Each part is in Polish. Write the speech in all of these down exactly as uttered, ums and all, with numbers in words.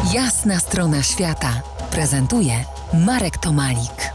Jasna strona świata prezentuje Marek Tomalik.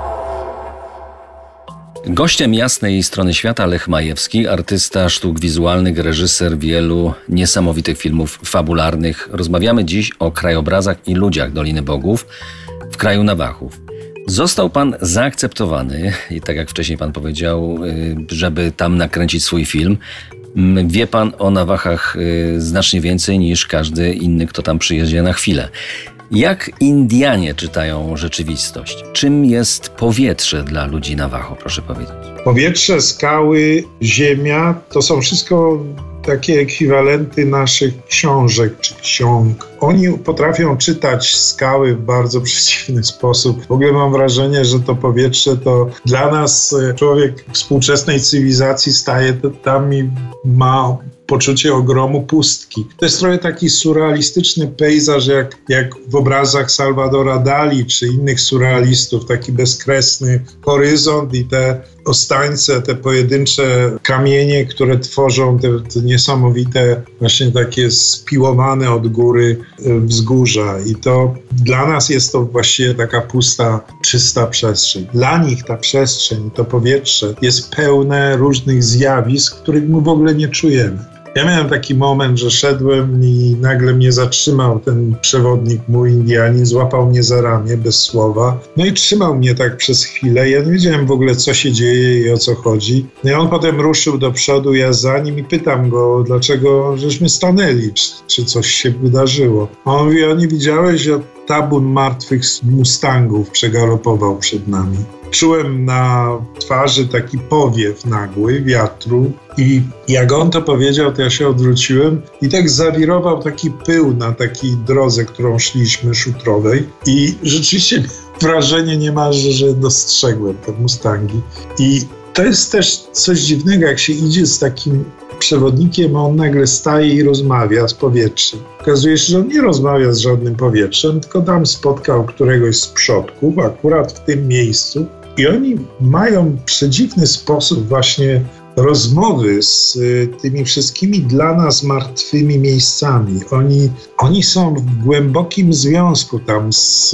Gościem Jasnej strony świata Lech Majewski, artysta sztuk wizualnych, reżyser wielu niesamowitych filmów fabularnych. Rozmawiamy dziś o krajobrazach i ludziach Doliny Bogów w kraju Nawachów. Został pan zaakceptowany, i tak jak wcześniej pan powiedział, żeby tam nakręcić swój film. Wie pan o Nawachach znacznie więcej niż każdy inny, kto tam przyjedzie na chwilę. Jak Indianie czytają rzeczywistość? Czym jest powietrze dla ludzi Navajo, proszę powiedzieć? Powietrze, skały, ziemia to są wszystko takie ekwiwalenty naszych książek czy ksiąg. Oni potrafią czytać skały w bardzo przeciwny sposób. W ogóle mam wrażenie, że to powietrze to dla nas człowiek współczesnej cywilizacji staje tam i ma poczucie ogromu pustki. To jest trochę taki surrealistyczny pejzaż, jak, jak w obrazach Salvadora Dali czy innych surrealistów, taki bezkresny horyzont i te ostańce, te pojedyncze kamienie, które tworzą te, te niesamowite, właśnie takie spiłowane od góry wzgórza. I to dla nas jest to właściwie taka pusta, czysta przestrzeń. Dla nich ta przestrzeń, to powietrze jest pełne różnych zjawisk, których my w ogóle nie czujemy. Ja miałem taki moment, że szedłem i nagle mnie zatrzymał ten przewodnik mój Indianin, złapał mnie za ramię bez słowa, no i trzymał mnie tak przez chwilę. Ja nie wiedziałem w ogóle, co się dzieje i o co chodzi. No i on potem ruszył do przodu, ja za nim i pytam go, dlaczego żeśmy stanęli, czy, czy coś się wydarzyło. A on mówi, a nie widziałeś, że tabun martwych mustangów przegalopował przed nami. Czułem na twarzy taki powiew nagły wiatru i jak on to powiedział, to ja się odwróciłem i tak zawirował taki pył na takiej drodze, którą szliśmy, szutrowej, i rzeczywiście wrażenie niemalże, że dostrzegłem te mustangi. I to jest też coś dziwnego, jak się idzie z takim przewodnikiem, a on nagle staje i rozmawia z powietrzem. Okazuje się, że on nie rozmawia z żadnym powietrzem, tylko tam spotkał któregoś z przodków, akurat w tym miejscu. I oni mają przedziwny sposób właśnie rozmowy z y, tymi wszystkimi dla nas martwymi miejscami. Oni, oni są w głębokim związku tam z,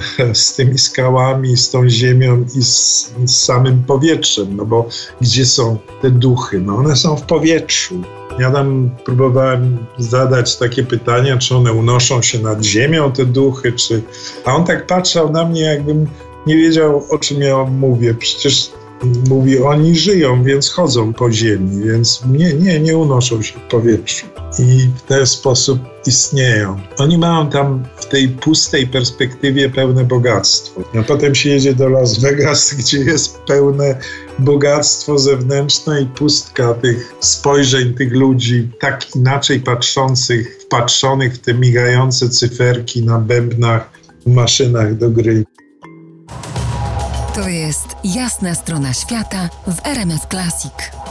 z tymi skałami, z tą ziemią i z, z samym powietrzem, no bo gdzie są te duchy? No one są w powietrzu. Ja tam próbowałem zadać takie pytania, czy one unoszą się nad ziemią, te duchy, czy... A on tak patrzał na mnie, jakbym nie wiedział, o czym ja mówię. Przecież mówi, oni żyją, więc chodzą po ziemi, więc nie, nie, nie unoszą się w powietrzu. I w ten sposób istnieją. Oni mają tam w tej pustej perspektywie pełne bogactwo. A potem się jedzie do Las Vegas, gdzie jest pełne bogactwo zewnętrzne i pustka tych spojrzeń tych ludzi, tak inaczej patrzących, wpatrzonych w te migające cyferki na bębnach, maszynach do gry. To jest Jasna strona świata w R M F Classic.